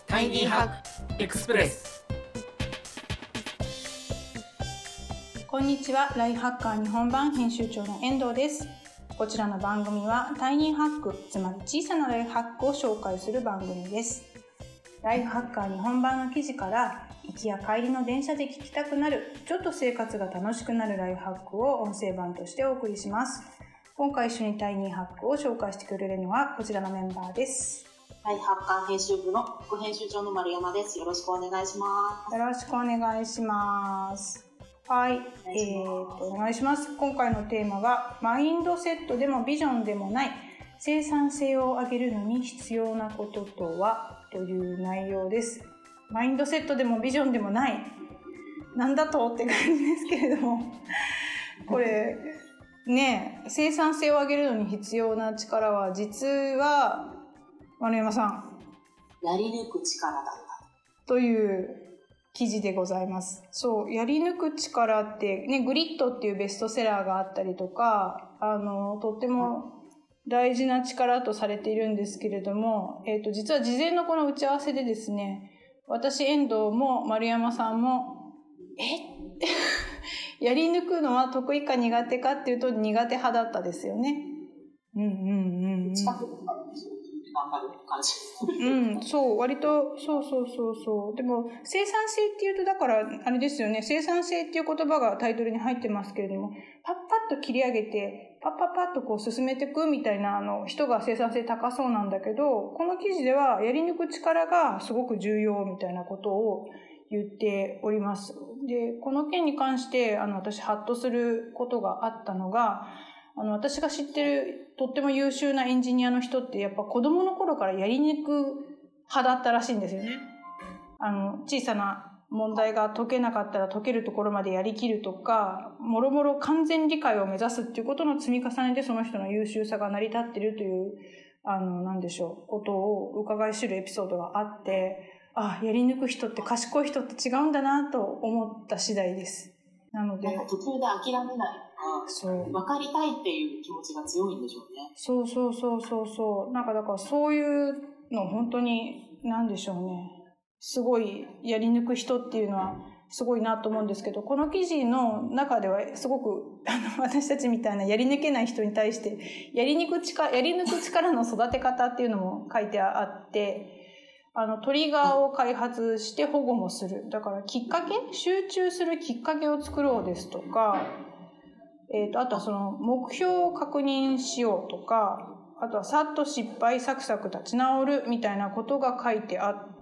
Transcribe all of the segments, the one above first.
タイニーハックエクスプレス。 こんにちは。ライフハッカー日本版編集長の遠藤です。こちらの番組はタイニーハック、つまり小さなライフハックを紹介する番組です。ライフハッカー日本版の記事から行きや帰りの電車で聞きたくなる、ちょっと生活が楽しくなるライフハックを音声版としてお送りします。今回一緒にタイニーハックを紹介してくれるのはこちらのメンバーです。 ライフハッカー編集部の副編集長の丸山です。よろしくお願いします。 よろしくお願いします。はい、お願いします。今回のテーマがマインドセットでもビジョンでもない生産性を上げるのに必要なこととはという内容です。マインドセットでもビジョンでもない、なんだとって感じですけれどもこれね、生産性を上げるのに必要な力は実は丸山さん、 やり抜く力だったという記事でございます。そう、やり抜く力ってね、グリッドっていうベストセラーがあったりとか、とっても大事な力とされているんですけれども、実は事前のこの打ち合わせでですね、私遠藤も丸山さんもやり抜くのは得意か苦手かっていうと苦手派だったですよね。 近く頑張る感じ。 そう、割と、そう。でも、生産性っていうと、だから、あれですよね、生産性っていう言葉がタイトルに入ってますけれども、パッパッと切り上げて、パッとこう進めていくみたいな、人が生産性高そうなんだけど、この記事では、やり抜く力がすごく重要みたいなことを言っております。で、この件に関して、私、ハッとすることがあったのが、私が知ってるとっても優秀なエンジニアの人ってやっぱ子供の頃からやり抜く派だったらしいんですよね。小さな問題が解けなかったら解けるところまでやりきるとか、もろもろ完全理解を目指すっていうことの積み重ねでその人の優秀さが成り立っているという、ことを伺い知るエピソードがあって、やり抜く人って賢い人って違うんだなと思った次第です。なので。 途中で諦めない。分かりたいっていう気持ちが強いんでしょうね。 そう。だからそういうの本当に何でしょうね。すごいやり抜く人っていうのはすごいなと思うんですけど、この記事の中ではすごく私たちみたいなやり抜けない人に対してやり抜く力の育て方っていうのも書いてあって、トリガーを開発して保護もする。だから集中するきっかけを作ろうですとか、あとはその目標を確認しようとか、あとはさっと失敗サクサク立ち直るみたいなことが書いてあって、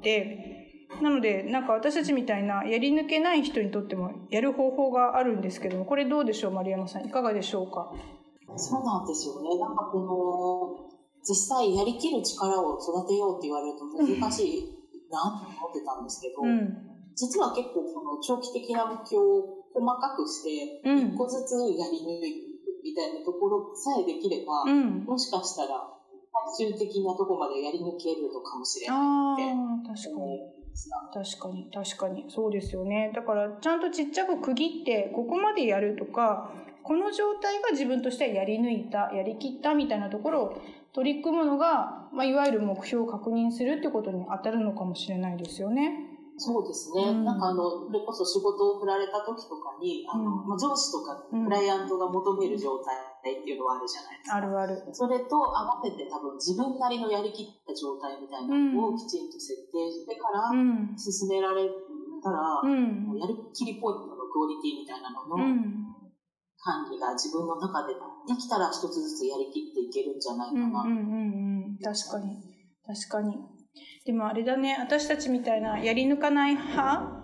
なので私たちみたいなやり抜けない人にとってもやる方法があるんですけども、これどうでしょう、丸山さん、いかがでしょうか。 そうなんですよね。実際やりきる力を育てようって言われると難しいなと思ってたんですけど、実は結構その長期的な目標を細かくして一個ずつやり抜いてみたいなところさえできれば、もしかしたら最終的なところまでやり抜けるのかもしれないって確かにそうですよね。だからちゃんとちっちゃく区切ってここまでやるとか、この状態が自分としてはやり抜いた、やりきったみたいなところを取り組むのが、いわゆる目標を確認するってことに当たるのかもしれないですよね。 そうですね。それこそ仕事を振られた時とかに、上司とかクライアントが求める状態っていうのはあるじゃないですか。 ある。 それと合わせて多分自分なりのやりきった状態みたいなのをきちんと設定してから進められたら、やる気りポイントのクオリティみたいなのの管理が自分の中でできたら一つずつやりきっていけるんじゃないかな。 確かに。でもあれだね、私たちみたいなやり抜かない派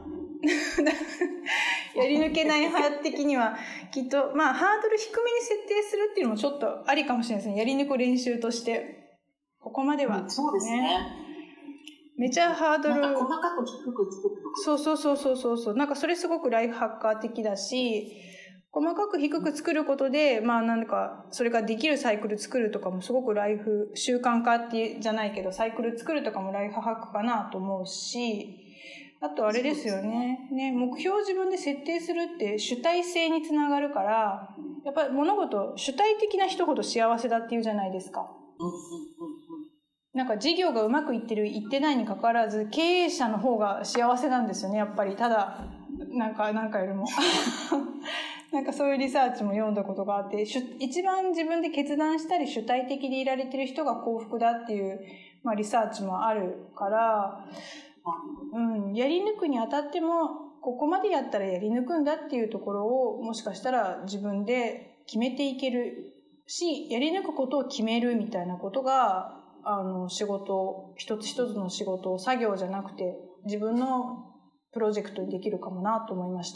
やり抜けない派的にはきっとハードル低めに設定するっていうのもちょっとありかもしれないですね。やり抜く練習としてここまでは、 そうですね。 めちゃハードル細かく低く作る。 そうそれすごくライフハッカー的だし、細かく低く作ることで、それができるサイクル作るとかもすごく習慣化ってじゃないけど、サイクル作るとかもライフハックかなと思うし、あとあれですよね。目標を自分で設定するって主体性につながるから、やっぱり物事、主体的な人ほど幸せだっていうじゃないですか。 なんか事業がうまくいってるいってないにかかわらず経営者の方が幸せなんですよね、やっぱり。ただなんかよりもなんかそういうリサーチも読んだことがあって、一番自分で決断したり主体的でいられてる人が幸福だっていう、まあ、リサーチもあるから、やり抜くにあたってもここまでやったらやり抜くんだっていうところをもしかしたら自分で決めていけるし、やり抜くことを決めるみたいなことが仕事一つ一つの仕事を作業じゃなくて自分のプロジェクトにできるかもなと思いました。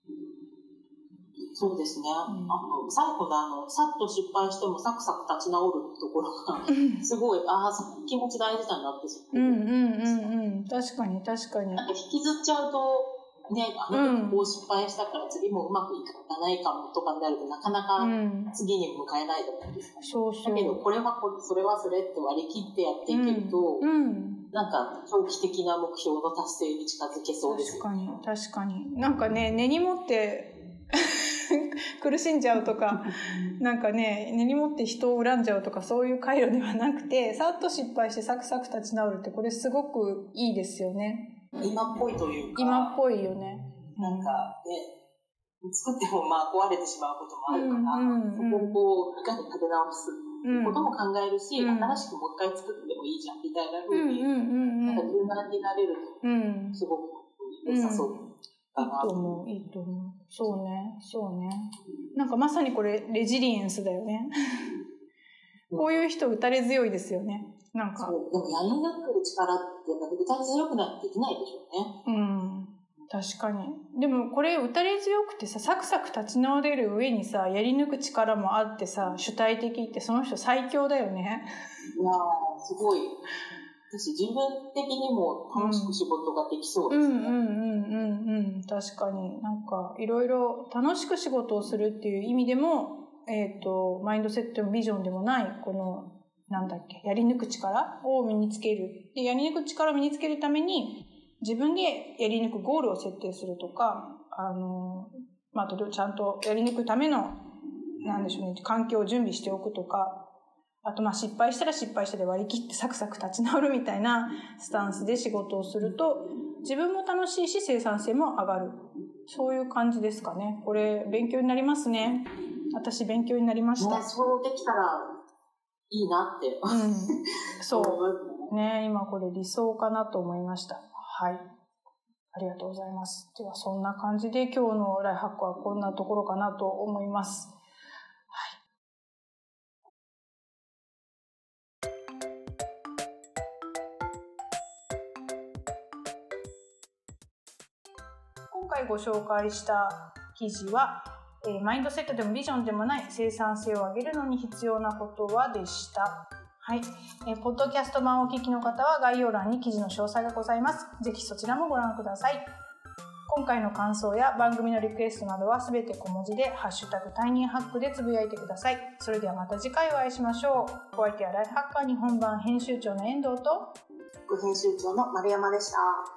そうですね。最後のさっと失敗してもサクサク立ち直るところがすごい気持ち大事だなって。 確かに確かに。 なんか引きずっちゃうとね、こう失敗したから次もうまくいかないかもとかになるとなかなか次に向かえないじゃないですか。だけどこれはそれはそれって割り切ってやっていけると、なんか長期的な目標の達成に近づけそうですよ。 確かに。なんかね、根に持って苦しんじゃうとか、なんかね、根に持って人を恨んじゃうとか、そういう回路ではなくて、さっと失敗してサクサク立ち直るって、これすごくいいですよね。 今っぽいというか。 今っぽいよね。 なんかね、作っても壊れてしまうこともあるから、そこをいかに立て直すことも考えるし、新しくもう一回作ってもいいじゃんみたいな風に、なんか柔軟になれると、すごく良さそうだなと思う。 いいと思う。そうね。なんかまさにこれレジリエンスだよね。こういう人打たれ強いですよね。なんか。 そう、でもやり抜く力って打たれ強くないとできないでしょうね。 確かに。でもこれ打たれ強くてさ、サクサク立ち直れる上にさ、やり抜く力もあってさ、主体的ってその人最強だよね。 いやー、すごい。私自分的にも楽しく仕事ができそうですね。 確かに。なんかいろいろ楽しく仕事をするっていう意味でも、マインドセットもビジョンでもない、このやり抜く力を身につける。で、やり抜く力を身につけるために、自分でやり抜くゴールを設定するとか、ちゃんとやり抜くための、環境を準備しておくとか、あと、失敗したら失敗したで割り切ってサクサク立ち直るみたいなスタンスで仕事をすると、自分も楽しいし生産性も上がる。そういう感じですかね。これ、勉強になりますね。私、勉強になりました。 そうできたらいいなって。 そうね、今これ理想かなと思いました。はい。ありがとうございます。では、そんな感じで今日のライフハックはこんなところかなと思います。はい。今回ご紹介した記事は、マインドセットでもビジョンでもない生産性を上げるのに必要なことはでした。はい。ポッドキャスト版をお聞きの方は概要欄に記事の詳細がございます。ぜひそちらもご覧ください。今回の感想や番組のリクエストなどはすべて小文字でハッシュタグタイニーハックでつぶやいてください。それではまた次回お会いしましょう。お相手はライフハッカー日本版編集長の遠藤と副編集長の丸山でした。